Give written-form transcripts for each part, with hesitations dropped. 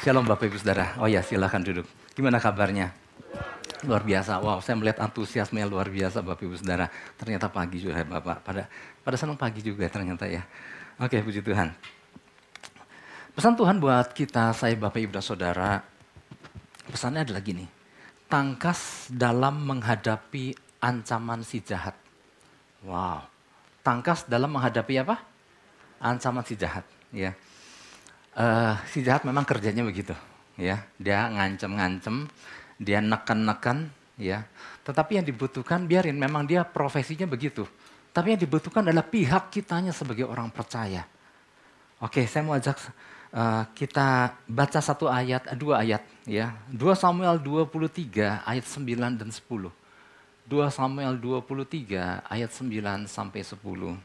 Shalom Bapak Ibu Saudara. Oh ya, silakan duduk. Gimana kabarnya? Luar biasa. Wow, saya melihat antusiasme yang luar biasa Bapak Ibu Saudara. Ternyata pagi juga ya Bapak. Pada senang pagi juga ternyata ya. Oke, puji Tuhan. Pesan Tuhan buat kita, saya Bapak Ibu dan Saudara, pesannya adalah gini. Tangkas dalam menghadapi ancaman si jahat. Wow. Tangkas dalam menghadapi apa? Ancaman si jahat. Ya. Si jahat memang kerjanya begitu, ya. Dia ngancem-ngancem, dia neken-neken, ya. Tetapi yang dibutuhkan, biarin, memang dia profesinya begitu. Tapi yang dibutuhkan adalah pihak kitanya sebagai orang percaya. Oke, saya mau ajak kita baca dua ayat, ya. 2 Samuel 23 ayat 9 dan 10. 2 Samuel 23 ayat 9 sampai 10.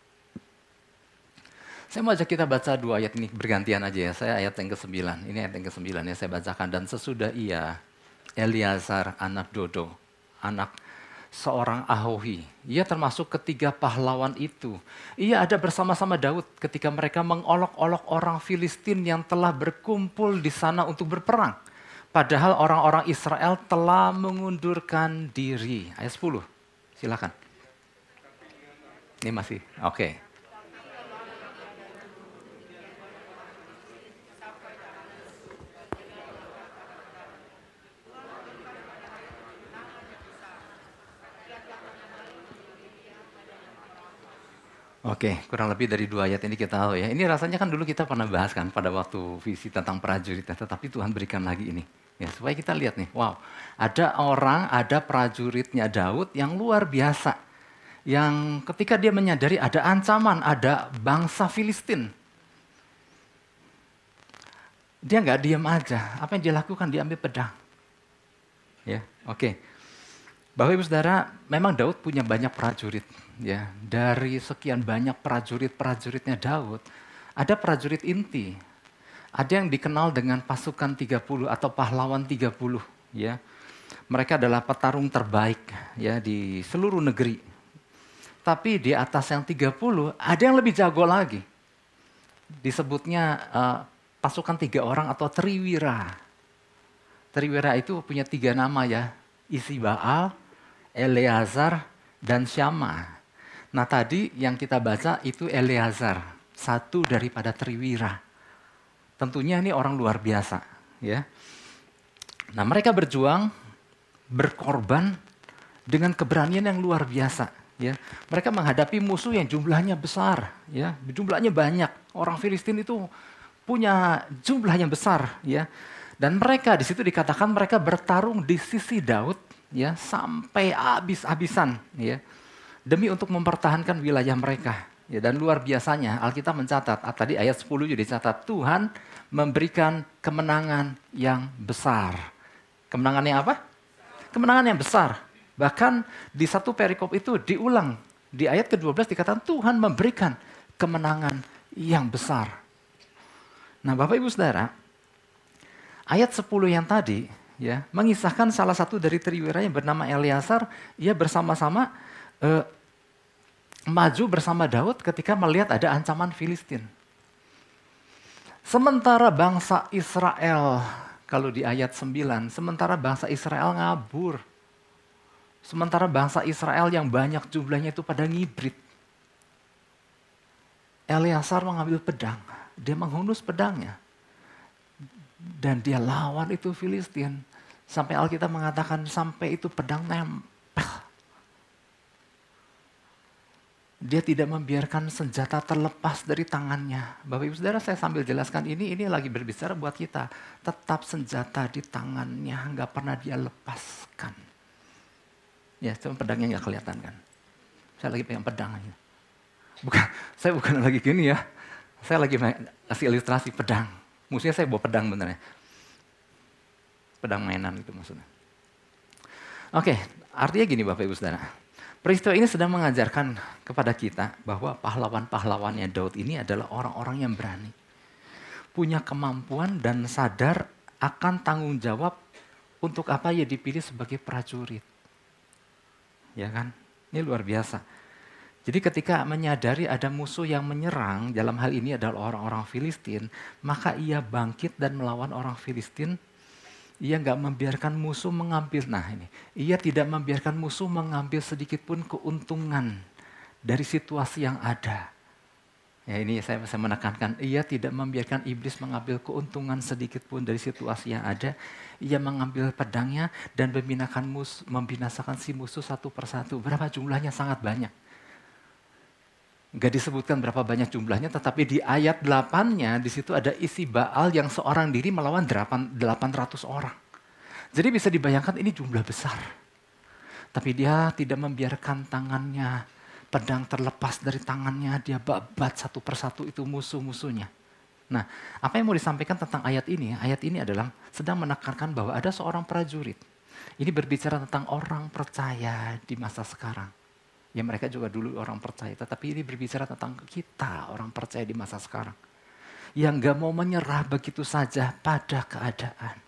Saya mau ajak kita baca dua ayat ini bergantian aja ya. Saya ayat yang ke-9. Ini ayat yang ke-9 ya saya bacakan. Dan sesudah ia, Eleazar anak Dodo, anak seorang Ahohi. Ia termasuk ketiga pahlawan itu. Ia ada bersama-sama Daud ketika mereka mengolok-olok orang Filistin yang telah berkumpul di sana untuk berperang. Padahal orang-orang Israel telah mengundurkan diri. Ayat 10, silakan. Ini masih, oke. Oke, kurang lebih dari dua ayat ini kita tahu ya. Ini rasanya kan dulu kita pernah bahas kan pada waktu visi tentang prajuritnya. Tetapi Tuhan berikan lagi ini. Ya, supaya kita lihat nih, wow. Ada prajuritnya Daud yang luar biasa. Yang ketika dia menyadari ada ancaman, ada bangsa Filistin. Dia nggak diam aja. Apa yang dia lakukan? Dia ambil pedang. Ya, oke. Bapak Ibu Saudara, memang Daud punya banyak prajurit. Ya, dari sekian banyak prajuritnya Daud, ada prajurit inti. Ada yang dikenal dengan pasukan 30 atau pahlawan 30. Ya. Mereka adalah petarung terbaik ya di seluruh negeri. Tapi di atas yang 30, ada yang lebih jago lagi. Disebutnya pasukan 3 orang atau triwira. Triwira itu punya 3 nama ya. Isbaal, Eleazar, dan Syama. Nah tadi yang kita baca itu Eleazar, satu daripada triwira. Tentunya ini orang luar biasa. Ya. Nah mereka berjuang, berkorban dengan keberanian yang luar biasa. Ya. Mereka menghadapi musuh yang jumlahnya besar, ya. Jumlahnya banyak. Orang Filistin itu punya jumlah yang besar. Ya. Dan mereka di situ dikatakan mereka bertarung di sisi Daud, ya, sampai habis-habisan, ya, demi untuk mempertahankan wilayah mereka. Ya, dan luar biasanya Alkitab mencatat, tadi ayat 10 juga dicatat, Tuhan memberikan kemenangan yang besar. Kemenangan yang apa? Kemenangan yang besar. Bahkan di satu perikop itu diulang. Di ayat ke-12 dikatakan Tuhan memberikan kemenangan yang besar. Nah Bapak Ibu Saudara, ayat 10 yang tadi ya mengisahkan salah satu dari triwira yang bernama Eleazar, ia bersama-sama maju bersama Daud ketika melihat ada ancaman Filistin. Sementara bangsa Israel, kalau di ayat 9, sementara bangsa Israel ngabur. Sementara bangsa Israel yang banyak jumlahnya itu pada ngibrit. Eleazar mengambil pedang, dia menghunus pedangnya. Dan dia lawan itu Filistin. Sampai Alkitab mengatakan sampai itu pedang nempel. Dia tidak membiarkan senjata terlepas dari tangannya. Bapak Ibu Saudara, saya sambil jelaskan ini lagi berbicara buat kita. Tetap senjata di tangannya, nggak pernah dia lepaskan. Ya, cuma pedangnya nggak kelihatan kan. Saya lagi pegang pedang aja. Saya bukan lagi gini ya. Saya lagi kasih ilustrasi pedang. Musuhnya saya bawa pedang benernya. Pedang mainan itu maksudnya. Oke, artinya gini Bapak Ibu Saudara. Peristiwa ini sedang mengajarkan kepada kita bahwa pahlawan-pahlawannya Daud ini adalah orang-orang yang berani. Punya kemampuan dan sadar akan tanggung jawab untuk apa ia dipilih sebagai prajurit. Ya kan? Ini luar biasa. Jadi ketika menyadari ada musuh yang menyerang, dalam hal ini adalah orang-orang Filistin, maka ia bangkit dan melawan orang Filistin. Ia nggak membiarkan musuh mengambil, ia tidak membiarkan musuh mengambil sedikit pun keuntungan dari situasi yang ada. Ya, ini saya menekankan, ia tidak membiarkan iblis mengambil keuntungan sedikit pun dari situasi yang ada. Ia mengambil pedangnya dan membinasakan si musuh satu persatu. Berapa jumlahnya? Sangat banyak. Gak disebutkan berapa banyak jumlahnya, tetapi di ayat 8-nya di situ ada isi Baal yang seorang diri melawan 800 orang. Jadi bisa dibayangkan ini jumlah besar. Tapi dia tidak membiarkan tangannya, pedang terlepas dari tangannya, dia babat satu persatu itu musuh-musuhnya. Nah, apa yang mau disampaikan tentang ayat ini? Ayat ini adalah sedang menekankan bahwa ada seorang prajurit. Ini berbicara tentang orang percaya di masa sekarang. Ya mereka juga dulu orang percaya, tetapi ini berbicara tentang kita, orang percaya di masa sekarang. Yang gak mau menyerah begitu saja pada keadaan.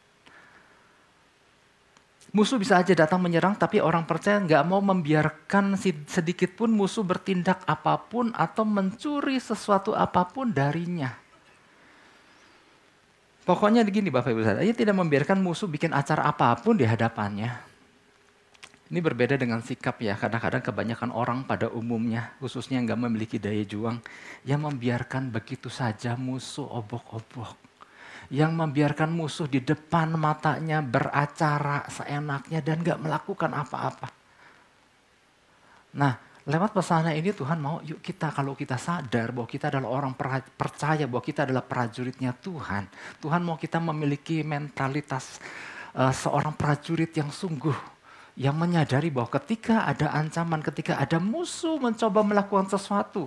Musuh bisa aja datang menyerang, tapi orang percaya gak mau membiarkan sedikit pun musuh bertindak apapun atau mencuri sesuatu apapun darinya. Pokoknya begini Bapak Ibu Saudara, ia tidak membiarkan musuh bikin acara apapun di hadapannya. Ini berbeda dengan sikap ya, kadang-kadang kebanyakan orang pada umumnya, khususnya yang gak memiliki daya juang, yang membiarkan begitu saja musuh obok-obok. Yang membiarkan musuh di depan matanya beracara seenaknya dan gak melakukan apa-apa. Nah, lewat pesannya ini Tuhan mau yuk kita, kalau kita sadar bahwa kita adalah orang percaya, bahwa kita adalah prajuritnya Tuhan. Tuhan mau kita memiliki mentalitas seorang prajurit yang sungguh, yang menyadari bahwa ketika ada ancaman, ketika ada musuh mencoba melakukan sesuatu,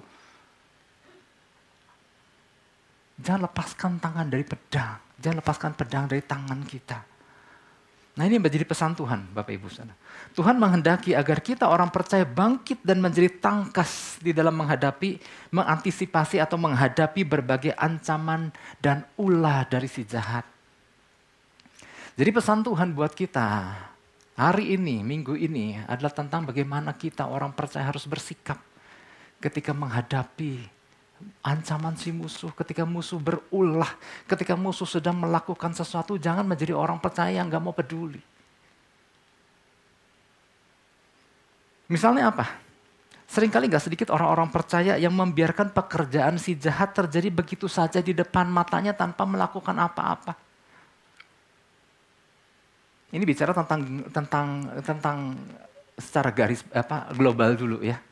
jangan lepaskan tangan dari pedang, jangan lepaskan pedang dari tangan kita. Nah ini menjadi pesan Tuhan, Bapak Ibu Saudara. Tuhan menghendaki agar kita orang percaya bangkit dan menjadi tangkas di dalam mengantisipasi atau menghadapi berbagai ancaman dan ulah dari si jahat. Jadi pesan Tuhan buat kita hari ini, minggu ini adalah tentang bagaimana kita orang percaya harus bersikap ketika menghadapi ancaman si musuh, ketika musuh berulah, ketika musuh sedang melakukan sesuatu, jangan menjadi orang percaya yang gak mau peduli. Misalnya apa? Seringkali gak sedikit orang-orang percaya yang membiarkan pekerjaan si jahat terjadi begitu saja di depan matanya tanpa melakukan apa-apa. Ini bicara tentang secara global dulu ya.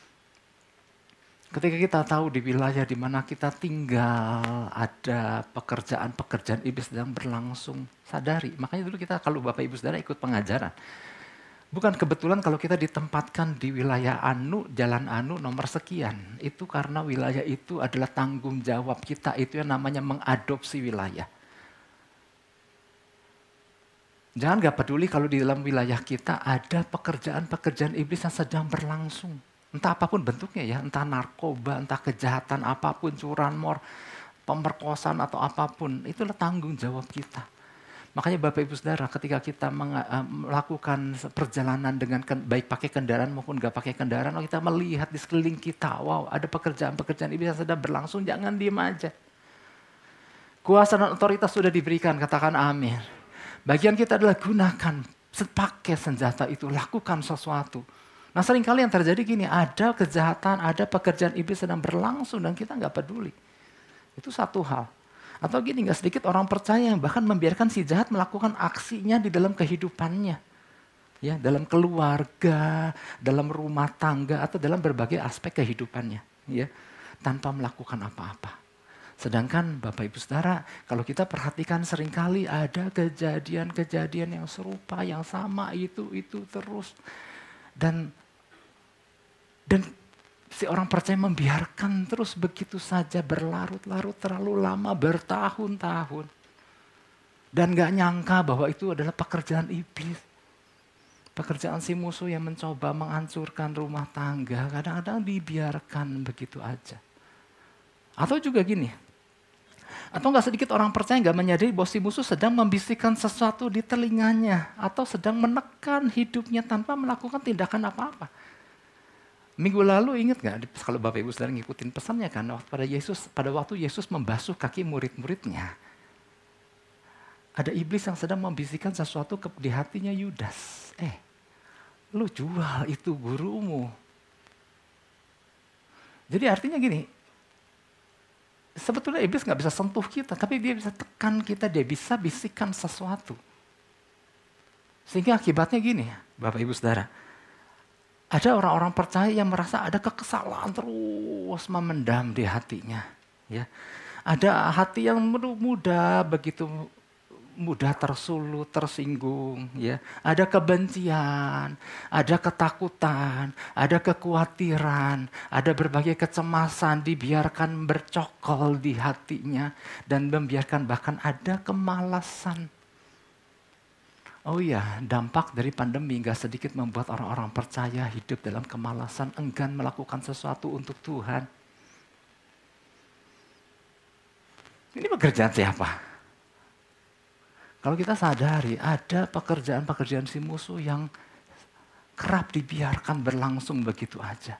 Ketika kita tahu di wilayah di mana kita tinggal ada pekerjaan iblis sedang berlangsung, sadari. Makanya dulu kita kalau Bapak Ibu Saudara ikut pengajaran, bukan kebetulan kalau kita ditempatkan di wilayah Anu, Jalan Anu nomor sekian. Itu karena wilayah itu adalah tanggung jawab kita, itu yang namanya mengadopsi wilayah. Jangan gak peduli kalau di dalam wilayah kita ada pekerjaan-pekerjaan iblis yang sedang berlangsung. Entah apapun bentuknya ya, entah narkoba, entah kejahatan apapun, curanmor, pemerkosaan atau apapun. Itulah tanggung jawab kita. Makanya Bapak Ibu Saudara ketika kita melakukan perjalanan dengan baik pakai kendaraan maupun gak pakai kendaraan, kita melihat di sekeliling kita, wow ada pekerjaan-pekerjaan iblis yang sedang berlangsung, jangan diem aja. Kuasa dan otoritas sudah diberikan, katakan amin. Bagian kita adalah gunakan, pakai senjata itu, lakukan sesuatu. Nah seringkali yang terjadi gini, ada kejahatan, ada pekerjaan iblis sedang berlangsung dan kita nggak peduli. Itu satu hal. Atau gini, nggak sedikit orang percaya yang bahkan membiarkan si jahat melakukan aksinya di dalam kehidupannya. Ya, dalam keluarga, dalam rumah tangga, atau dalam berbagai aspek kehidupannya. Ya, tanpa melakukan apa-apa. Sedangkan Bapak Ibu Saudara, kalau kita perhatikan seringkali ada kejadian-kejadian yang serupa, yang sama itu terus. Dan si orang percaya membiarkan terus begitu saja berlarut-larut terlalu lama, bertahun-tahun. Dan gak nyangka bahwa itu adalah pekerjaan iblis. Pekerjaan si musuh yang mencoba menghancurkan rumah tangga, kadang-kadang dibiarkan begitu aja. Atau juga gini, atau gak sedikit orang percaya gak menyadari bahwa si musuh sedang membisikkan sesuatu di telinganya. Atau sedang menekan hidupnya tanpa melakukan tindakan apa-apa. Minggu lalu ingat nggak kalau Bapak Ibu Saudara ngikutin pesannya kan, pada waktu Yesus membasuh kaki murid-muridnya, ada iblis yang sedang membisikkan sesuatu di hatinya Yudas. Lu jual itu gurumu. Jadi artinya gini, sebetulnya iblis nggak bisa sentuh kita, tapi dia bisa tekan kita, dia bisa bisikkan sesuatu. Sehingga akibatnya gini, Bapak Ibu Saudara, ada orang-orang percaya yang merasa ada kekesalan terus memendam di hatinya. Ya. Ada hati yang begitu mudah tersulut, tersinggung. Ya. Ada kebencian, ada ketakutan, ada kekhawatiran, ada berbagai kecemasan dibiarkan bercokol di hatinya. Dan membiarkan bahkan ada kemalasan. Oh iya, dampak dari pandemi gak sedikit membuat orang-orang percaya hidup dalam kemalasan, enggan melakukan sesuatu untuk Tuhan. Ini pekerjaan siapa? Kalau kita sadari ada pekerjaan-pekerjaan si musuh yang kerap dibiarkan berlangsung begitu aja.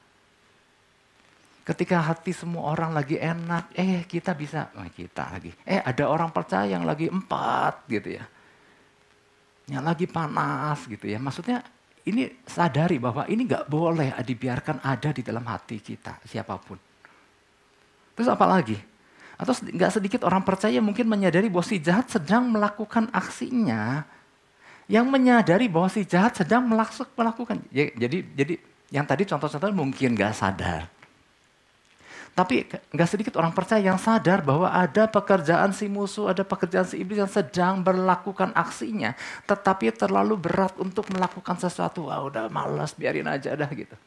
Ketika hati semua orang lagi enak, kita bisa, ada orang percaya yang lagi 4 gitu ya. Yang lagi panas gitu ya. Maksudnya ini sadari bahwa ini gak boleh dibiarkan ada di dalam hati kita, siapapun. Terus apa lagi? Atau gak sedikit orang percaya mungkin menyadari bahwa si jahat sedang melakukan aksinya, yang menyadari bahwa si jahat sedang melakukan. Jadi yang tadi contoh-contoh mungkin gak sadar. Tapi gak sedikit orang percaya yang sadar bahwa ada pekerjaan si musuh, ada pekerjaan si iblis yang sedang melakukan aksinya. Tetapi terlalu berat untuk melakukan sesuatu. Udah malas, biarin aja dah gitu.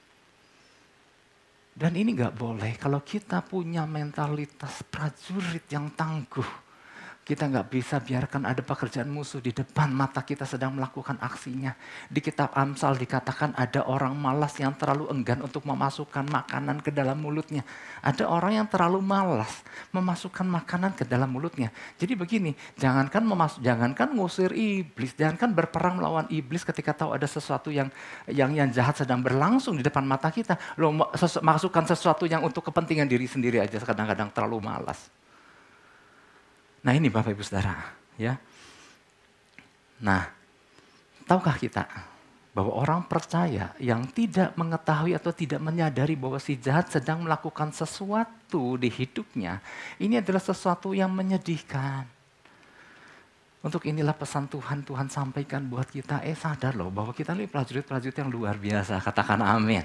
Dan ini gak boleh kalau kita punya mentalitas prajurit yang tangguh. Kita gak bisa biarkan ada pekerjaan musuh di depan mata kita sedang melakukan aksinya. Di kitab Amsal dikatakan ada orang malas yang terlalu enggan untuk memasukkan makanan ke dalam mulutnya. Ada orang yang terlalu malas memasukkan makanan ke dalam mulutnya. Jadi begini, jangankan ngusir iblis, jangankan berperang melawan iblis ketika tahu ada sesuatu yang jahat sedang berlangsung di depan mata kita. Masukkan sesuatu yang untuk kepentingan diri sendiri aja kadang-kadang terlalu malas. Nah ini Bapak Ibu Saudara, ya. Nah, tahukah kita bahwa orang percaya yang tidak mengetahui atau tidak menyadari bahwa si jahat sedang melakukan sesuatu di hidupnya, ini adalah sesuatu yang menyedihkan. Untuk inilah pesan Tuhan sampaikan buat kita, sadar loh bahwa kita ini prajurit-prajurit yang luar biasa, katakan amin.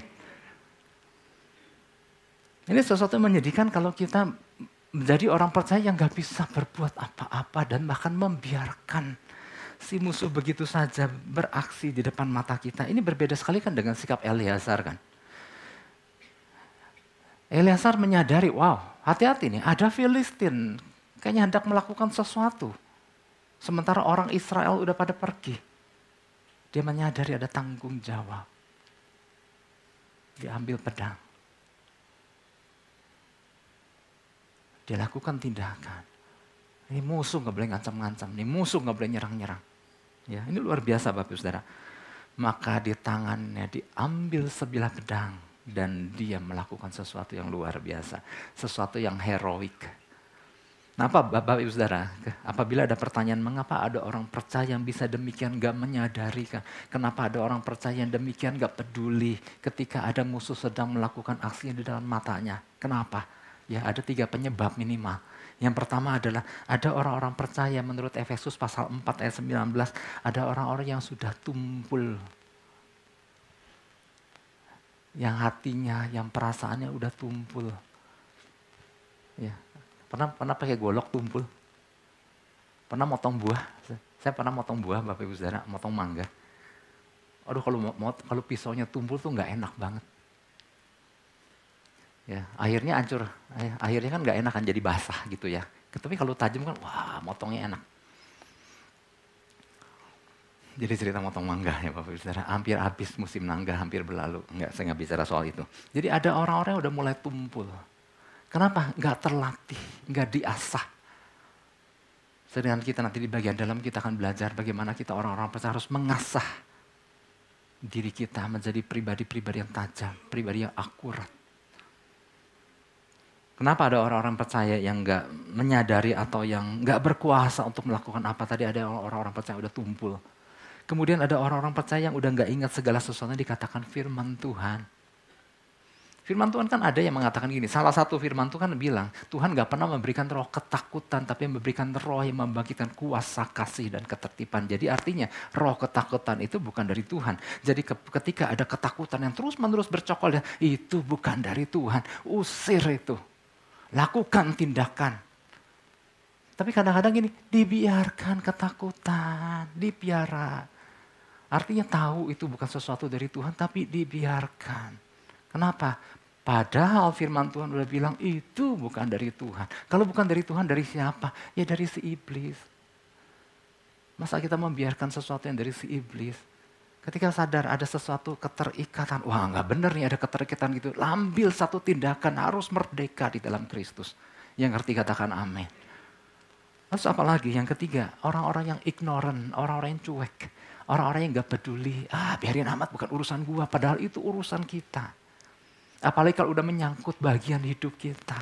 Ini sesuatu yang menyedihkan kalau kita menjadi orang percaya yang gak bisa berbuat apa-apa dan bahkan membiarkan si musuh begitu saja beraksi di depan mata kita. Ini berbeda sekali kan dengan sikap Eleazar kan. Eleazar menyadari, hati-hati nih, ada Filistin kayaknya hendak melakukan sesuatu. Sementara orang Israel udah pada pergi. Dia menyadari ada tanggung jawab. Dia ambil pedang. Dia lakukan tindakan. Ini musuh gak boleh ngancam-ngancam. Ini musuh gak boleh nyerang-nyerang. Ya, ini luar biasa Bapak Ibu Saudara. Maka di tangannya diambil sebilah pedang. Dan dia melakukan sesuatu yang luar biasa. Sesuatu yang heroik. Nah Bapak Ibu Saudara, apabila ada pertanyaan mengapa ada orang percaya yang bisa demikian gak menyadari. Kenapa ada orang percaya yang demikian gak peduli ketika ada musuh sedang melakukan aksinya di dalam matanya. Kenapa? Ya, ada 3 penyebab minimal. Yang pertama adalah ada orang-orang percaya menurut Efesus pasal 4 ayat 19. Ada orang-orang yang sudah tumpul. Yang hatinya, yang perasaannya udah tumpul. Ya. Pernah pakai golok tumpul? Pernah motong buah? Saya pernah motong buah Bapak Ibu Saudara, motong mangga. Aduh kalau pisaunya tumpul tuh gak enak banget. Ya, akhirnya hancur. Akhirnya kan gak enak kan jadi basah gitu ya. Tapi kalau tajam kan motongnya enak. Jadi cerita motong mangga ya Bapak Ibu Saudara. Hampir habis musim mangga, hampir berlalu. Saya gak bicara soal itu. Jadi ada orang-orang yang udah mulai tumpul. Kenapa? Gak terlatih, gak diasah. Sedangkan kita nanti di bagian dalam kita akan belajar bagaimana kita orang-orang percaya harus mengasah diri kita menjadi pribadi-pribadi yang tajam, pribadi yang akurat. Kenapa ada orang-orang percaya yang nggak menyadari atau yang nggak berkuasa untuk melakukan apa? Tadi ada orang-orang percaya yang udah tumpul. Kemudian ada orang-orang percaya yang udah nggak ingat segala sesuatu yang dikatakan firman Tuhan. Firman Tuhan kan ada yang mengatakan gini, salah satu firman Tuhan bilang, Tuhan gak pernah memberikan roh ketakutan, tapi memberikan roh yang membangkitkan kuasa, kasih, dan ketertiban. Jadi artinya roh ketakutan itu bukan dari Tuhan. Jadi ketika ada ketakutan yang terus-menerus bercokol, itu bukan dari Tuhan. Usir itu. Lakukan tindakan. Tapi kadang-kadang gini, dibiarkan ketakutan, dipiara. Artinya tahu itu bukan sesuatu dari Tuhan, tapi dibiarkan. Kenapa? Padahal firman Tuhan udah bilang itu bukan dari Tuhan. Kalau bukan dari Tuhan, dari siapa? Ya dari si iblis. Masa kita membiarkan sesuatu yang dari si iblis? Ketika sadar ada sesuatu keterikatan, wah nggak benar nih ada keterikatan gitu. Ambil satu tindakan, harus merdeka di dalam Kristus. Yang ngerti katakan amin. Terus apa lagi? Yang ketiga, orang-orang yang ignorant, orang-orang yang cuek. Orang-orang yang nggak peduli, biarin amat bukan urusan gua. Padahal itu urusan kita. Apalagi kalau udah menyangkut bagian hidup kita.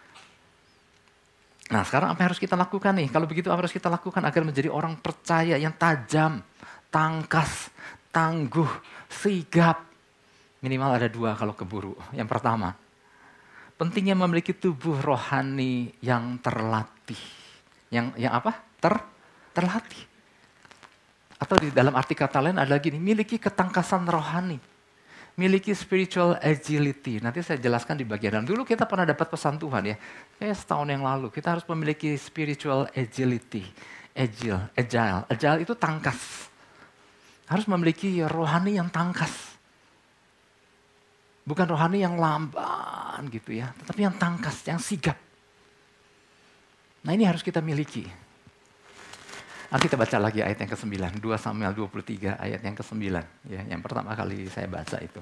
Nah sekarang apa yang harus kita lakukan nih? Kalau begitu apa harus kita lakukan agar menjadi orang percaya yang tajam, tangkas, tangguh, sigap. Minimal ada 2 kalau keburu. Yang pertama, pentingnya memiliki tubuh rohani yang terlatih. Yang apa? Terlatih. Atau di dalam arti kata lain ada gini, miliki ketangkasan rohani. Miliki spiritual agility. Nanti saya jelaskan di bagian dalam. Dulu kita pernah dapat pesan Tuhan ya. Kayak setahun yang lalu. Kita harus memiliki spiritual agility. Agile itu tangkas. Harus memiliki rohani yang tangkas. Bukan rohani yang lamban gitu ya. Tetapi yang tangkas, yang sigap. Nah ini harus kita miliki. Kita baca lagi ayat yang ke-9, 2 Samuel 23 ayat yang ke-9. Ya, yang pertama kali saya baca itu.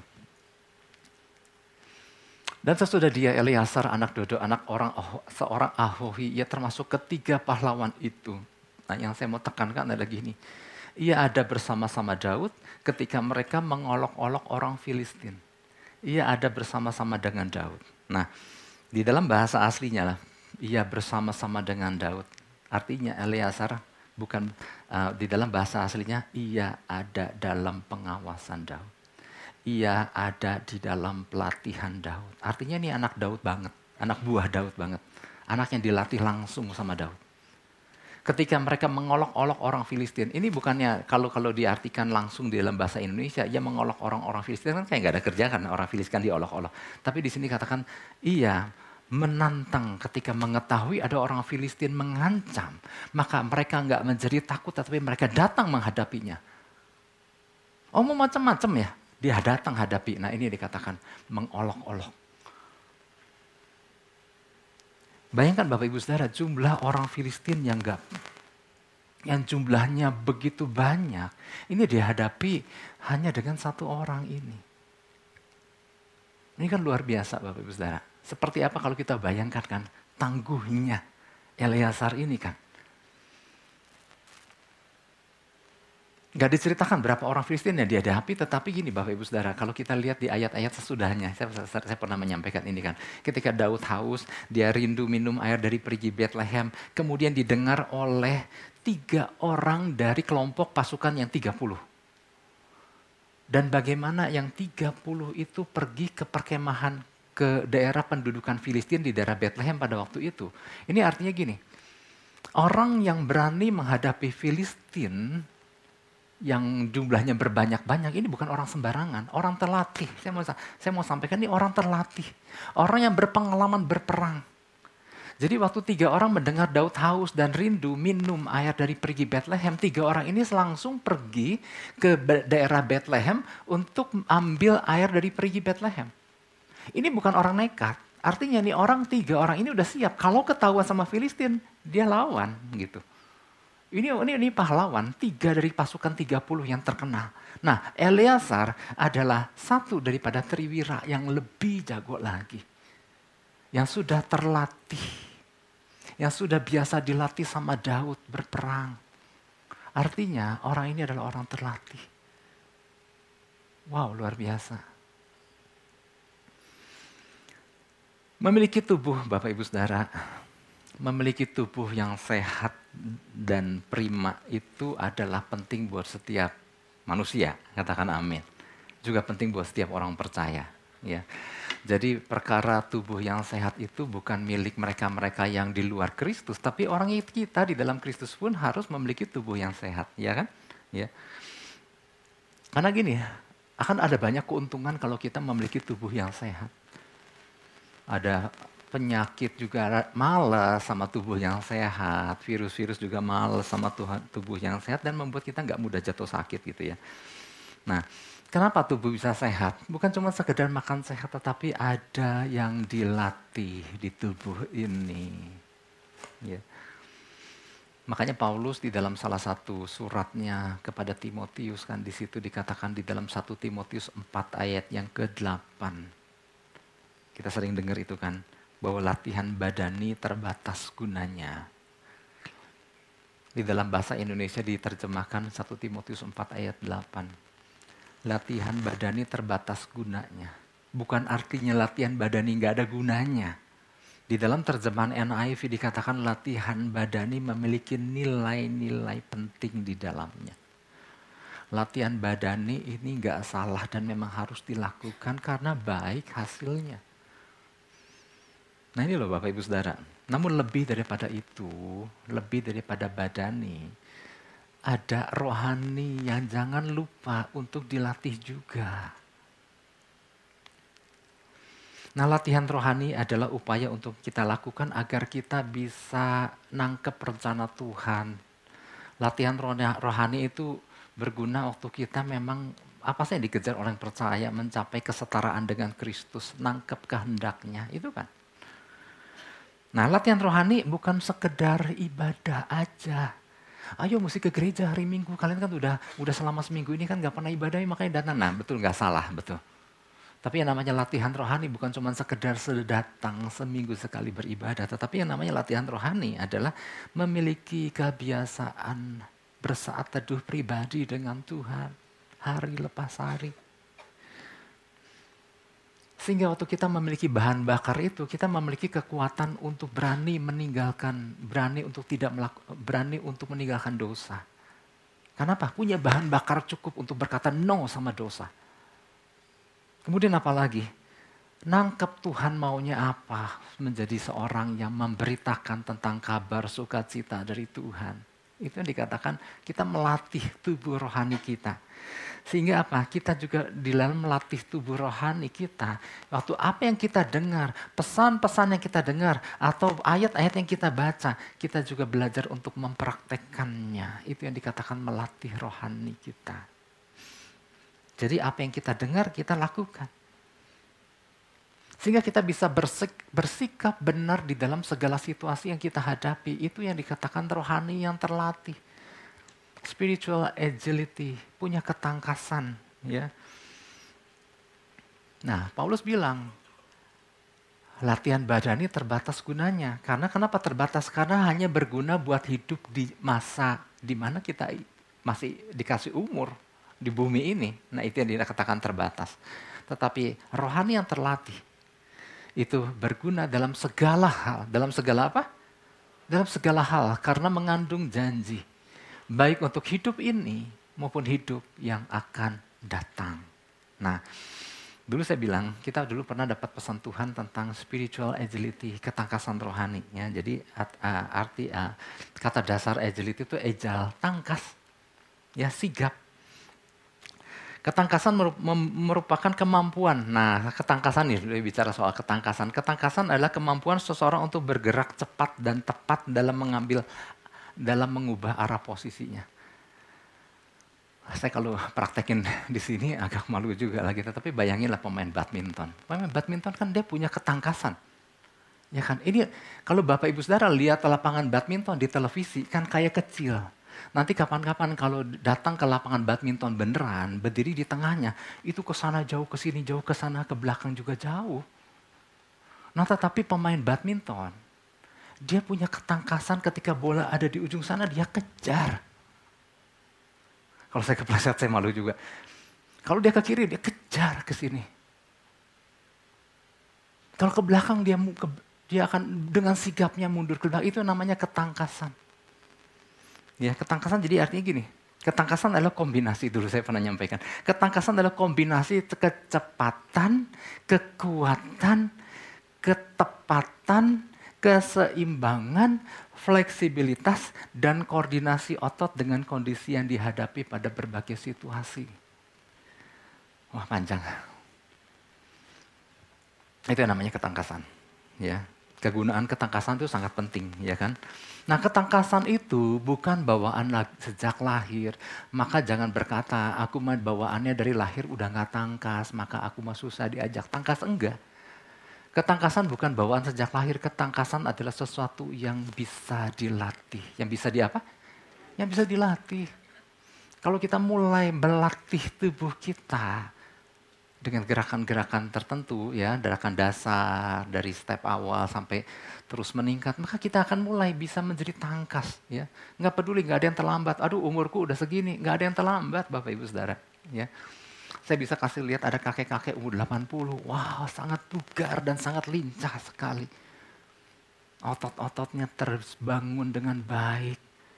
Dan sesudah dia Eleazar anak Dodo, anak seorang Ahohi, ia termasuk ketiga pahlawan itu. Nah yang saya mau tekankan adalah gini. Ia ada bersama-sama Daud ketika mereka mengolok-olok orang Filistin. Ia ada bersama-sama dengan Daud. Nah di dalam bahasa aslinya lah, ia bersama-sama dengan Daud. Artinya Eleazar bukan di dalam bahasa aslinya, ia ada dalam pengawasan Daud. Ia ada di dalam pelatihan Daud. Artinya ini anak Daud banget, anak buah Daud banget. Anak yang dilatih langsung sama Daud. Ketika mereka mengolok-olok orang Filistin, ini bukannya kalau diartikan langsung di dalam bahasa Indonesia, ia mengolok orang-orang Filistin kan kayak nggak ada kerja kan orang Filistin diolok-olok. Tapi di sini katakan ia menantang ketika mengetahui ada orang Filistin mengancam, maka mereka nggak menjadi takut, tetapi mereka datang menghadapinya. Oh mau macam-macam ya, dia datang hadapi. Nah ini dikatakan mengolok-olok. Bayangkan Bapak Ibu Saudara, jumlah orang Filistin yang jumlahnya begitu banyak, ini dihadapi hanya dengan satu orang ini. Ini kan luar biasa Bapak Ibu Saudara. Seperti apa kalau kita bayangkan kan tangguhnya Eleazar ini kan. Gak diceritakan berapa orang Filistin yang dihadapi, tetapi gini Bapak Ibu Saudara, kalau kita lihat di ayat-ayat sesudahnya, saya pernah menyampaikan ini kan. Ketika Daud haus, dia rindu minum air dari perigi Bethlehem, kemudian didengar oleh 3 orang dari kelompok pasukan yang 30. Dan bagaimana yang 30 itu pergi ke perkemahan ke daerah pendudukan Filistin di daerah Bethlehem pada waktu itu. Ini artinya gini, orang yang berani menghadapi Filistin yang jumlahnya berbanyak-banyak, ini bukan orang sembarangan, orang terlatih. Saya mau sampaikan ini orang terlatih, orang yang berpengalaman berperang. Jadi waktu 3 orang mendengar Daud haus dan rindu minum air dari perigi Bethlehem, 3 orang ini langsung pergi ke daerah Bethlehem untuk ambil air dari perigi Bethlehem. Ini bukan orang nekat, artinya nih 3 orang ini udah siap. Kalau ketahuan sama Filistin, dia lawan gitu. Ini pahlawan, 3 dari pasukan 30 yang terkenal. Nah, Eleazar adalah satu daripada triwira yang lebih jago lagi. Yang sudah terlatih, yang sudah biasa dilatih sama Daud berperang. Artinya orang ini adalah orang terlatih. Wow, luar biasa. Memiliki tubuh, Bapak Ibu Saudara, memiliki tubuh yang sehat dan prima itu adalah penting buat setiap manusia, katakan amin. Juga penting buat setiap orang percaya. Ya. Jadi perkara tubuh yang sehat itu bukan milik mereka-mereka yang di luar Kristus, tapi orang kita di dalam Kristus pun harus memiliki tubuh yang sehat, ya kan? Ya. Karena gini, akan ada banyak keuntungan kalau kita memiliki tubuh yang sehat. Ada penyakit juga malas sama tubuh yang sehat, virus-virus juga malas sama tubuh yang sehat dan membuat kita nggak mudah jatuh sakit gitu ya. Nah, kenapa tubuh bisa sehat? Bukan cuma sekedar makan sehat, tetapi ada yang dilatih di tubuh ini. Ya. Makanya Paulus di dalam salah satu suratnya kepada Timotius kan di situ dikatakan di dalam 1 Timotius 4 ayat yang ke-8. Kita sering dengar itu kan, bahwa latihan badani terbatas gunanya. Di dalam bahasa Indonesia diterjemahkan 1 Timotius 4 ayat 8. Latihan badani terbatas gunanya. Bukan artinya latihan badani nggak ada gunanya. Di dalam terjemahan NIV dikatakan latihan badani memiliki nilai-nilai penting di dalamnya. Latihan badani ini nggak salah dan memang harus dilakukan karena baik hasilnya. Nah ini loh Bapak Ibu Saudara. Namun lebih daripada itu, lebih daripada badani, ada rohani yang jangan lupa untuk dilatih juga. Nah latihan rohani adalah upaya untuk kita lakukan agar kita bisa nangkep rencana Tuhan. Latihan rohani itu berguna waktu kita memang apa sih yang dikejar orang percaya, mencapai kesetaraan dengan Kristus, nangkep kehendaknya, itu kan. Nah latihan rohani bukan sekedar ibadah aja. Ayo mesti ke gereja hari Minggu, kalian kan udah selama seminggu ini kan gak pernah ibadah makanya datang. Nah betul gak salah, betul. Tapi yang namanya latihan rohani bukan cuma sekedar datang seminggu sekali beribadah. Tetapi yang namanya latihan rohani adalah memiliki kebiasaan bersaat teduh pribadi dengan Tuhan. Hari lepas hari. Sehingga waktu kita memiliki bahan bakar itu, kita memiliki kekuatan untuk berani meninggalkan, berani untuk meninggalkan dosa. Kenapa? Punya bahan bakar cukup untuk berkata no sama dosa. Kemudian apa lagi? Nangkep Tuhan maunya apa? Menjadi seorang yang memberitakan tentang kabar sukacita dari Tuhan. Itu yang dikatakan kita melatih tubuh rohani kita. Sehingga apa? Kita juga di dalam melatih tubuh rohani kita. Waktu apa yang kita dengar, pesan-pesan yang kita dengar, atau ayat-ayat yang kita baca, kita juga belajar untuk mempraktekkannya. Itu yang dikatakan melatih rohani kita. Jadi apa yang kita dengar, kita lakukan. Sehingga kita bisa bersikap benar di dalam segala situasi yang kita hadapi. Itu yang dikatakan rohani yang terlatih. Spiritual agility, punya ketangkasan. Ya. Nah, Paulus bilang, latihan badani terbatas gunanya. Karena kenapa terbatas? Karena hanya berguna buat hidup di masa di mana kita masih dikasih umur di bumi ini. Nah, itu yang dikatakan terbatas. Tetapi rohani yang terlatih, itu berguna dalam segala hal. Dalam segala apa? Dalam segala hal, karena mengandung janji. Baik untuk hidup ini maupun hidup yang akan datang. Nah, dulu saya bilang, kita dulu pernah dapat pesan Tuhan tentang spiritual agility, ketangkasan rohani. Ya. Jadi arti kata dasar agility itu agile, tangkas, ya sigap. Ketangkasan merupakan kemampuan. Nah, ketangkasan nih, bicara soal ketangkasan. Ketangkasan adalah kemampuan seseorang untuk bergerak cepat dan tepat dalam mengubah arah posisinya. Saya kalau praktekin di sini agak malu juga lagi, tetapi bayanginlah pemain badminton. Pemain badminton kan dia punya ketangkasan. Ya kan? Ini kalau Bapak Ibu Saudara lihat lapangan badminton di televisi kan kayak kecil. Nanti kapan-kapan kalau datang ke lapangan badminton beneran, berdiri di tengahnya, itu ke sana jauh, ke sini jauh, ke sana ke belakang juga jauh. Nah, tetapi pemain badminton dia punya ketangkasan ketika bola ada di ujung sana, dia kejar. Kalau saya kepleset, saya malu juga. Kalau dia ke kiri, dia kejar ke sini. Kalau ke belakang, dia akan dengan sigapnya mundur ke belakang. Itu namanya ketangkasan. Ya, ketangkasan jadi artinya gini. Ketangkasan adalah kombinasi, dulu saya pernah nyampaikan. Ketangkasan adalah kombinasi kecepatan, kekuatan, ketepatan, keseimbangan, fleksibilitas, dan koordinasi otot dengan kondisi yang dihadapi pada berbagai situasi. Wah, panjang. Itu yang namanya ketangkasan. Ya. Kegunaan ketangkasan itu sangat penting, ya kan? Nah, ketangkasan itu bukan bawaan sejak lahir. Maka jangan berkata, aku mah bawaannya dari lahir udah gak tangkas, maka aku mah susah diajak tangkas. Enggak. Ketangkasan bukan bawaan sejak lahir. Ketangkasan adalah sesuatu yang bisa dilatih. Yang bisa Yang bisa dilatih. Kalau kita mulai melatih tubuh kita dengan gerakan-gerakan tertentu, ya, gerakan dasar dari step awal sampai terus meningkat, maka kita akan mulai bisa menjadi tangkas, ya. Nggak peduli, nggak ada yang terlambat. Aduh, umurku udah segini, nggak ada yang terlambat, Bapak Ibu Saudara, ya. Saya bisa kasih lihat ada kakek-kakek umur 80, wow, sangat bugar dan sangat lincah sekali. Otot-ototnya terus bangun dengan baik.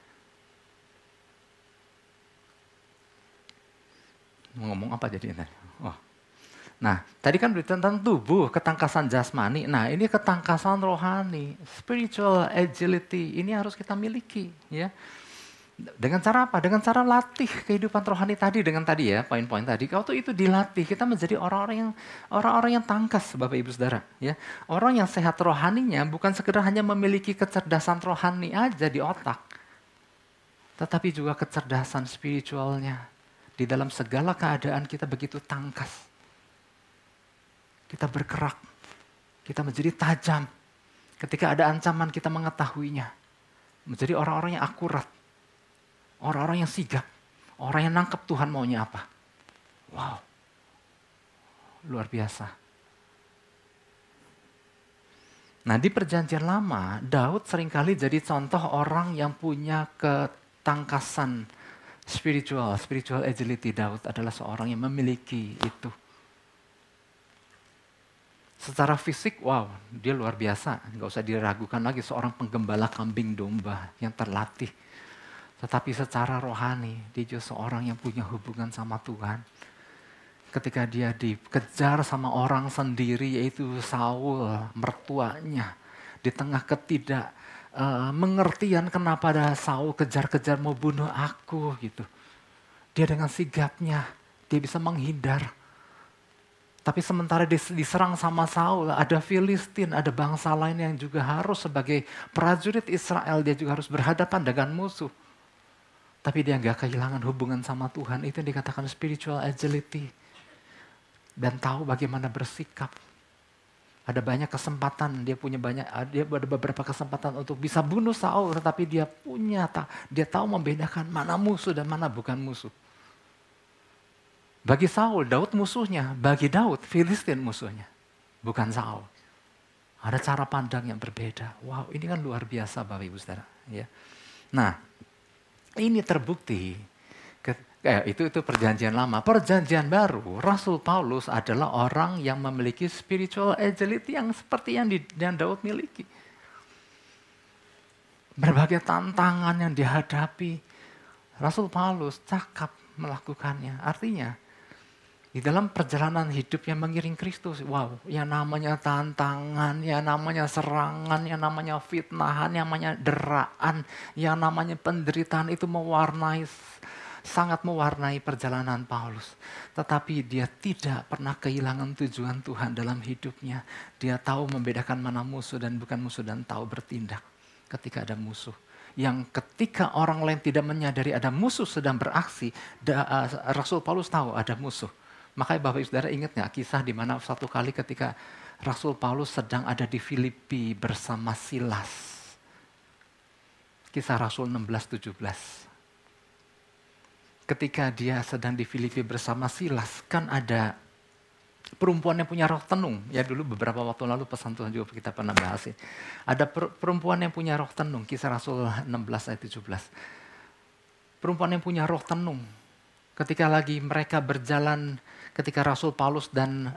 Mau ngomong apa jadinya? Oh. Nah, tadi kan berbicara tentang tubuh, ketangkasan jasmani. Nah, ini ketangkasan rohani, spiritual agility. Ini harus kita miliki, ya. Dengan cara apa? Dengan cara latih kehidupan rohani tadi, dengan tadi ya, poin-poin tadi. Kalau itu dilatih, kita menjadi orang-orang yang tangkas, Bapak Ibu Saudara, ya. Orang yang sehat rohaninya bukan sekedar hanya memiliki kecerdasan rohani aja di otak, tetapi juga kecerdasan spiritualnya. Di dalam segala keadaan kita begitu tangkas. Kita bergerak, kita menjadi tajam. Ketika ada ancaman kita mengetahuinya. Menjadi orang-orang yang akurat, orang-orang yang sigap, orang yang nangkep Tuhan maunya apa. Wow, luar biasa. Nah, di Perjanjian Lama, Daud seringkali jadi contoh orang yang punya ketangkasan spiritual agility. Daud adalah seorang yang memiliki itu. Secara fisik, wow, dia luar biasa. Nggak usah diragukan lagi, seorang penggembala kambing domba yang terlatih. Tetapi secara rohani, dia juga seorang yang punya hubungan sama Tuhan. Ketika dia dikejar sama orang sendiri, yaitu Saul, mertuanya. Di tengah mengertian kenapa ada Saul kejar-kejar mau bunuh aku gitu. Dia dengan sigapnya, dia bisa menghindar. Tapi sementara diserang sama Saul, ada Filistin, ada bangsa lain yang juga harus sebagai prajurit Israel, dia juga harus berhadapan dengan musuh. Tapi dia nggak kehilangan hubungan sama Tuhan, itu yang dikatakan spiritual agility. Dan tahu bagaimana bersikap. Ada banyak kesempatan, dia ada beberapa kesempatan untuk bisa bunuh Saul, tetapi dia tahu membedakan mana musuh dan mana bukan musuh. Bagi Saul, Daud musuhnya. Bagi Daud, Filistin musuhnya. Bukan Saul. Ada cara pandang yang berbeda. Wow, ini kan luar biasa Bapak Ibu Saudara. Ya. Nah, ini terbukti. Itu Perjanjian Lama. Perjanjian Baru, Rasul Paulus adalah orang yang memiliki spiritual agility yang seperti yang Daud miliki. Berbagai tantangan yang dihadapi, Rasul Paulus cakap melakukannya. Artinya, di dalam perjalanan hidup yang mengiring Kristus, wow, yang namanya tantangan, yang namanya serangan, yang namanya fitnahan, yang namanya deraan, yang namanya penderitaan itu sangat mewarnai perjalanan Paulus. Tetapi dia tidak pernah kehilangan tujuan Tuhan dalam hidupnya. Dia tahu membedakan mana musuh dan bukan musuh dan tahu bertindak ketika ada musuh. Yang ketika orang lain tidak menyadari ada musuh sedang beraksi, Rasul Paulus tahu ada musuh. Makanya Bapak Ibu Saudara ingat nggak kisah di mana satu kali ketika Rasul Paulus sedang ada di Filipi bersama Silas. Kisah Rasul 16-17. Ketika dia sedang di Filipi bersama Silas, kan ada perempuan yang punya roh tenung. Ya dulu beberapa waktu lalu pesan Tuhan juga kita pernah bahas. Ada perempuan yang punya roh tenung, kisah Rasul 16 ayat 17. Perempuan yang punya roh tenung. Ketika lagi mereka berjalan, ketika Rasul Paulus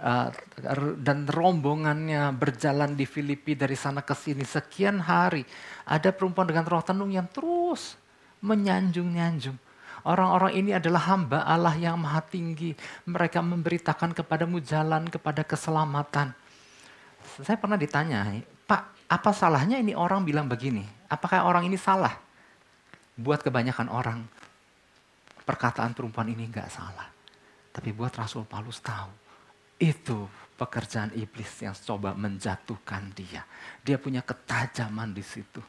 dan rombongannya berjalan di Filipi dari sana ke sini sekian hari, ada perempuan dengan roh tenung yang terus menyanjung-nyanjung. Orang-orang ini adalah hamba Allah yang maha tinggi. Mereka memberitakan kepadamu jalan kepada keselamatan. Saya pernah ditanya, Pak, apa salahnya ini orang bilang begini? Apakah orang ini salah? Buat kebanyakan orang, perkataan perempuan ini nggak salah. Tapi buat Rasul Paulus tahu, itu pekerjaan iblis yang coba menjatuhkan dia. Dia punya ketajaman di situ.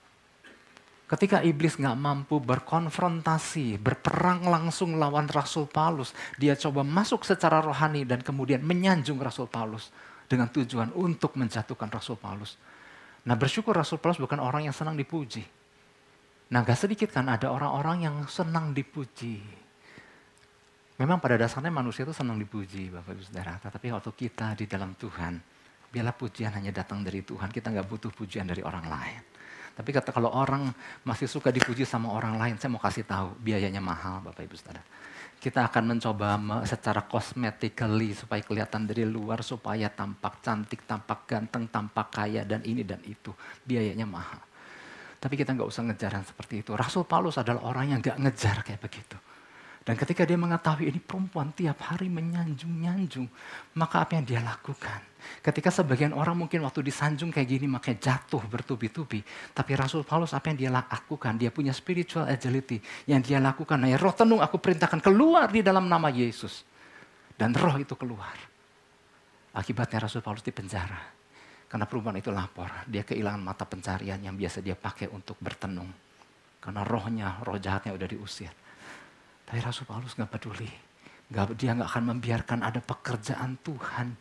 Ketika iblis nggak mampu berkonfrontasi, berperang langsung lawan Rasul Paulus, dia coba masuk secara rohani dan kemudian menyanjung Rasul Paulus dengan tujuan untuk menjatuhkan Rasul Paulus. Nah, bersyukur Rasul Paulus bukan orang yang senang dipuji. Nah, gak sedikit kan ada orang-orang yang senang dipuji. Memang pada dasarnya manusia itu senang dipuji, Bapak Ibu Saudara. Tapi waktu kita di dalam Tuhan, biarlah pujian hanya datang dari Tuhan. Kita gak butuh pujian dari orang lain. Tapi kalau orang masih suka dipuji sama orang lain, saya mau kasih tahu, biayanya mahal, Bapak Ibu Saudara. Kita akan mencoba secara cosmetically supaya kelihatan dari luar, supaya tampak cantik, tampak ganteng, tampak kaya, dan ini dan itu. Biayanya mahal. Tapi kita nggak usah ngejaran seperti itu. Rasul Paulus adalah orang yang nggak ngejar kayak begitu. Dan ketika dia mengetahui ini perempuan tiap hari menyanjung-nyanjung, maka apa yang dia lakukan? Ketika sebagian orang mungkin waktu disanjung kayak gini makanya jatuh bertubi-tubi. Tapi Rasul Paulus apa yang dia lakukan? Dia punya spiritual agility. Yang dia lakukan, nah ya roh tenung aku perintahkan keluar di dalam nama Yesus. Dan roh itu keluar. Akibatnya Rasul Paulus dipenjara. Karena perempuan itu lapor, dia kehilangan mata pencarian yang biasa dia pakai untuk bertenung. Karena roh jahatnya udah diusir. Tapi Rasul Paulus gak peduli. Dia gak akan membiarkan ada pekerjaan Tuhan.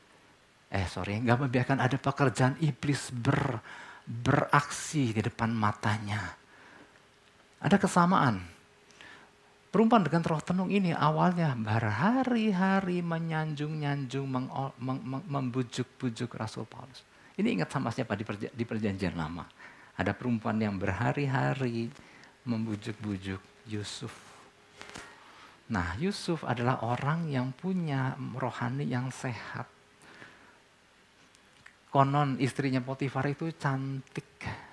Gak membiarkan ada pekerjaan iblis beraksi di depan matanya. Ada kesamaan. Perempuan dengan roh tenung ini awalnya berhari-hari menyanjung-nyanjung, membujuk-bujuk Rasul Paulus. Ini ingat sama siapa di perjanjian lama. Ada perempuan yang berhari-hari membujuk-bujuk Yusuf. Nah, Yusuf adalah orang yang punya rohani yang sehat. Konon istrinya Potifar itu cantik.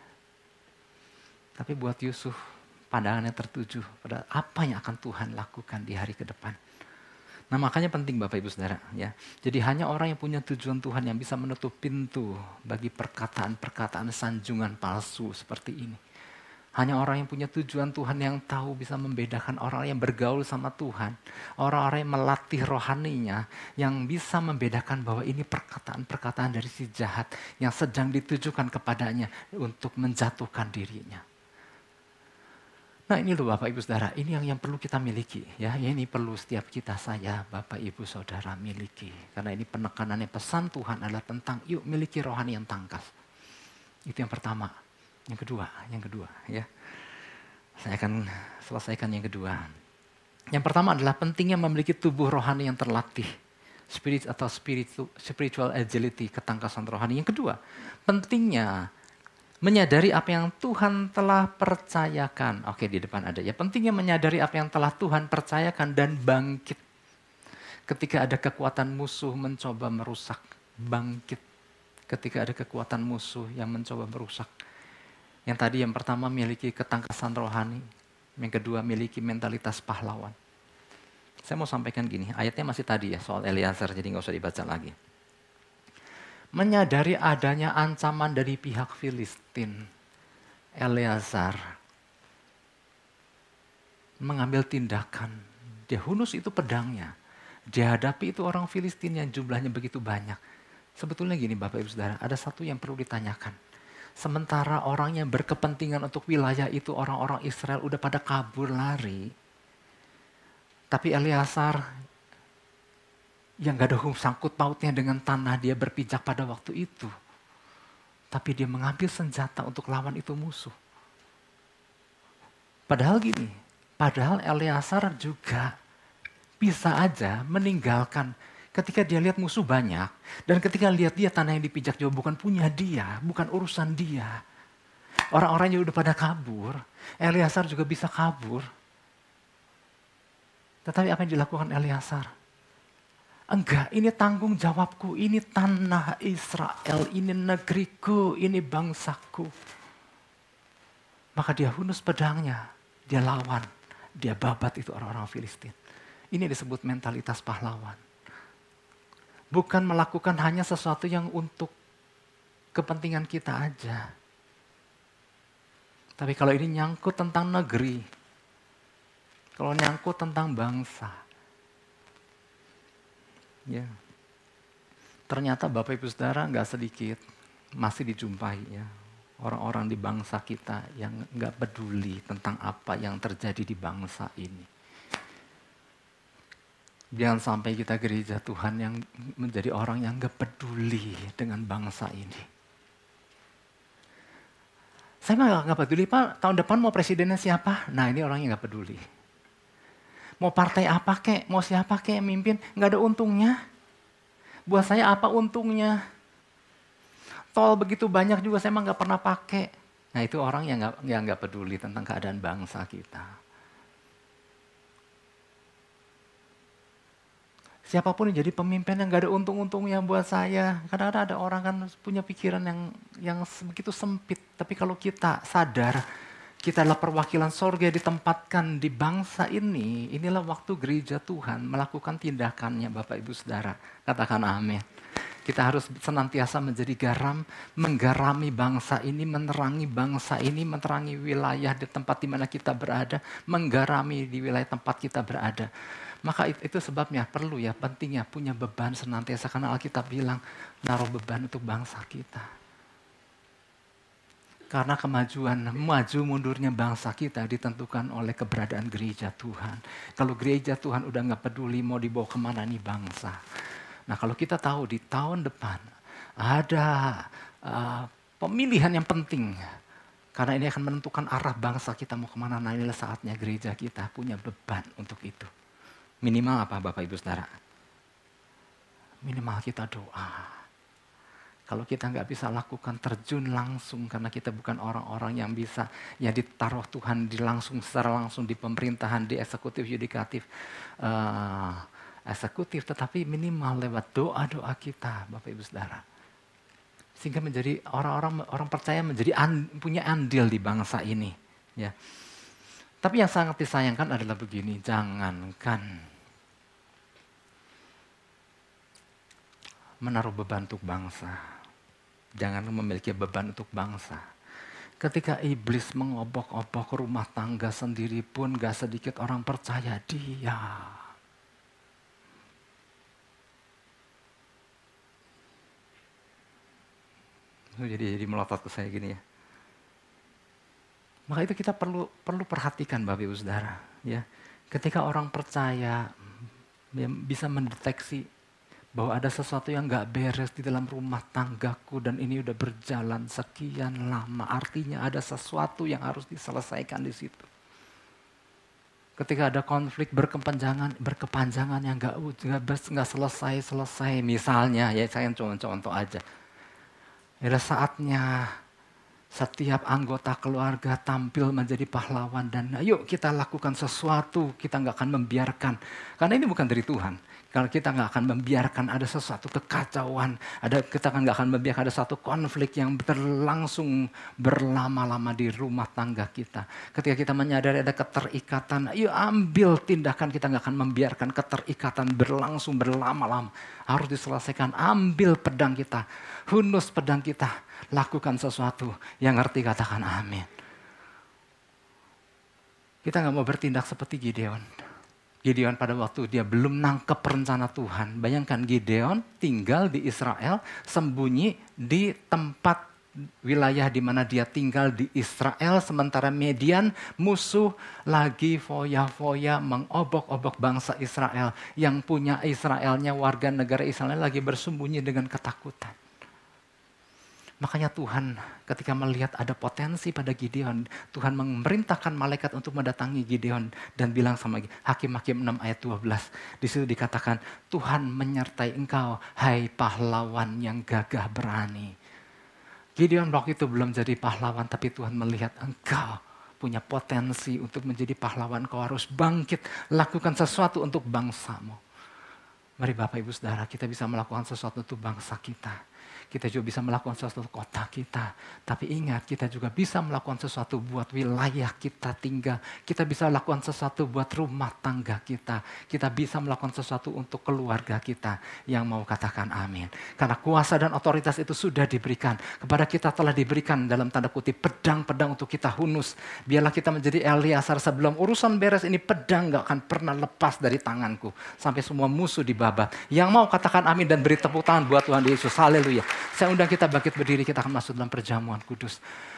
Tapi buat Yusuf, pandangannya tertuju pada apa yang akan Tuhan lakukan di hari ke depan. Nah, makanya penting Bapak Ibu Saudara, ya. Jadi hanya orang yang punya tujuan Tuhan yang bisa menutup pintu bagi perkataan-perkataan sanjungan palsu seperti ini. Hanya orang yang punya tujuan Tuhan yang tahu bisa membedakan orang yang bergaul sama Tuhan. Orang-orang yang melatih rohaninya yang bisa membedakan bahwa ini perkataan-perkataan dari si jahat yang sedang ditujukan kepadanya untuk menjatuhkan dirinya. Nah ini loh Bapak Ibu Saudara, ini yang perlu kita miliki. Ya, ini perlu setiap kita, saya, Bapak Ibu Saudara miliki. Karena ini penekanannya, pesan Tuhan adalah tentang yuk miliki rohani yang tangkas. Itu yang pertama. Yang kedua, ya. Saya akan selesaikan yang kedua. Yang pertama adalah pentingnya memiliki tubuh rohani yang terlatih. Spiritual agility, ketangkasan rohani. Yang kedua, pentingnya menyadari apa yang Tuhan telah percayakan. Oke, di depan ada ya. Pentingnya menyadari apa yang telah Tuhan percayakan dan bangkit. Ketika ada kekuatan musuh mencoba merusak, bangkit. Ketika ada kekuatan musuh yang mencoba merusak. Yang tadi yang pertama miliki ketangkasan rohani. Yang kedua miliki mentalitas pahlawan. Saya mau sampaikan gini, ayatnya masih tadi ya soal Eleazar, jadi nggak usah dibaca lagi. Menyadari adanya ancaman dari pihak Filistin, Eleazar mengambil tindakan. Dia hunus itu pedangnya. Dia hadapi itu orang Filistin yang jumlahnya begitu banyak. Sebetulnya gini Bapak Ibu Saudara, ada satu yang perlu ditanyakan. Sementara orang yang berkepentingan untuk wilayah itu, orang-orang Israel udah pada kabur lari. Tapi Eleazar yang gak ada sangkut pautnya dengan tanah, dia berpijak pada waktu itu. Tapi dia mengambil senjata untuk lawan itu musuh. Padahal Eleazar juga bisa aja meninggalkan. Ketika dia lihat musuh banyak, dan ketika lihat dia tanah yang dipijak jauh bukan punya dia, bukan urusan dia. Orang-orangnya udah pada kabur, Eleazar juga bisa kabur. Tetapi apa yang dilakukan Eleazar? Enggak, ini tanggung jawabku, ini tanah Israel, ini negeriku, ini bangsaku. Maka dia hunus pedangnya, dia lawan, dia babat itu orang-orang Filistin. Ini disebut mentalitas pahlawan. Bukan melakukan hanya sesuatu yang untuk kepentingan kita aja. Tapi kalau ini nyangkut tentang negeri, kalau nyangkut tentang bangsa, ya, ternyata Bapak Ibu Saudara nggak sedikit masih dijumpai ya orang-orang di bangsa kita yang nggak peduli tentang apa yang terjadi di bangsa ini. Jangan sampai kita gereja Tuhan yang menjadi orang yang nggak peduli dengan bangsa ini. Saya mah nggak peduli Pak, tahun depan mau presidennya siapa? Nah ini orang yang nggak peduli. Mau partai apa kek, mau siapa kek yang mimpin, nggak ada untungnya. Buat saya apa untungnya? Tol begitu banyak juga saya mah nggak pernah pakai. Nah itu orang yang nggak peduli tentang keadaan bangsa kita. Siapapun yang jadi pemimpin yang gak ada untung-untungnya buat saya. Kadang-kadang ada orang kan punya pikiran yang begitu sempit. Tapi kalau kita sadar, kita adalah perwakilan sorga ditempatkan di bangsa ini. Inilah waktu gereja Tuhan melakukan tindakannya Bapak Ibu Saudara. Katakan amin. Kita harus senantiasa menjadi garam, menggarami bangsa ini, menerangi bangsa ini, menerangi wilayah di tempat di mana kita berada, menggarami di wilayah tempat kita berada. Maka itu sebabnya perlu ya, pentingnya punya beban senantiasa. Karena Alkitab bilang, naruh beban untuk bangsa kita. Karena maju mundurnya bangsa kita ditentukan oleh keberadaan gereja Tuhan. Kalau gereja Tuhan udah gak peduli mau dibawa kemana nih bangsa. Nah kalau kita tahu di tahun depan ada pemilihan yang penting. Karena ini akan menentukan arah bangsa kita mau kemana. Nah inilah saatnya gereja kita punya beban untuk itu. Minimal apa Bapak Ibu Saudara? Minimal kita doa. Kalau kita nggak bisa lakukan terjun langsung karena kita bukan orang-orang yang bisa ya ditaruh Tuhan secara langsung di pemerintahan, di eksekutif, yudikatif, tetapi minimal lewat doa-doa kita Bapak Ibu Saudara. Sehingga menjadi orang percaya menjadi punya andil di bangsa ini. Ya. Tapi yang sangat disayangkan adalah begini, jangankan menaruh beban untuk bangsa, jangan memiliki beban untuk bangsa. Ketika iblis mengobok-obok rumah tangga sendiri pun gak sedikit orang percaya dia. Jadi melotot ke saya gini ya. Maka itu kita perlu perhatikan Bapak Ibu Saudara. Ya. Ketika orang percaya bisa mendeteksi bahwa ada sesuatu yang gak beres di dalam rumah tanggaku dan ini udah berjalan sekian lama. Artinya ada sesuatu yang harus diselesaikan di situ. Ketika ada konflik berkepanjangan yang gak selesai. Misalnya ya saya contoh aja. Ada saatnya setiap anggota keluarga tampil menjadi pahlawan dan ayo kita lakukan sesuatu, kita nggak akan membiarkan. Karena ini bukan dari Tuhan. Kalau kita nggak akan membiarkan ada sesuatu kekacauan, kita nggak akan membiarkan ada satu konflik yang berlangsung berlama-lama di rumah tangga kita. Ketika kita menyadari ada keterikatan, ayo ambil tindakan, kita nggak akan membiarkan keterikatan berlangsung berlama-lama. Harus diselesaikan, ambil pedang kita, hunus pedang kita, lakukan sesuatu. Yang ngerti katakan amin. Kita nggak mau bertindak seperti Gideon. Gideon pada waktu dia belum nangkep rencana Tuhan. Bayangkan Gideon tinggal di Israel, sembunyi di tempat wilayah di mana dia tinggal di Israel. Sementara Median musuh lagi foya-foya mengobok-obok bangsa Israel. Yang punya Israelnya, warga negara Israel lagi bersembunyi dengan ketakutan. Makanya Tuhan ketika melihat ada potensi pada Gideon, Tuhan memerintahkan malaikat untuk mendatangi Gideon dan bilang sama Hakim-Hakim 6 ayat 12. Di situ dikatakan, Tuhan menyertai engkau, hai pahlawan yang gagah berani. Gideon waktu itu belum jadi pahlawan, tapi Tuhan melihat engkau punya potensi untuk menjadi pahlawan. Kau harus bangkit, lakukan sesuatu untuk bangsamu. Mari Bapak Ibu Saudara, kita bisa melakukan sesuatu untuk bangsa kita. Kita juga bisa melakukan sesuatu untuk kota kita. Tapi ingat, kita juga bisa melakukan sesuatu buat wilayah kita tinggal. Kita bisa melakukan sesuatu buat rumah tangga kita. Kita bisa melakukan sesuatu untuk keluarga kita. Yang mau katakan amin. Karena kuasa dan otoritas itu sudah diberikan. Kepada kita telah diberikan dalam tanda kutip pedang-pedang untuk kita hunus. Biarlah kita menjadi Eliasar, sebelum urusan beres ini pedang gak akan pernah lepas dari tanganku. Sampai semua musuh dibabat. Yang mau katakan amin dan beri tepuk tangan buat Tuhan Yesus. Haleluya. Saya undang kita bangkit berdiri, kita akan masuk dalam perjamuan kudus.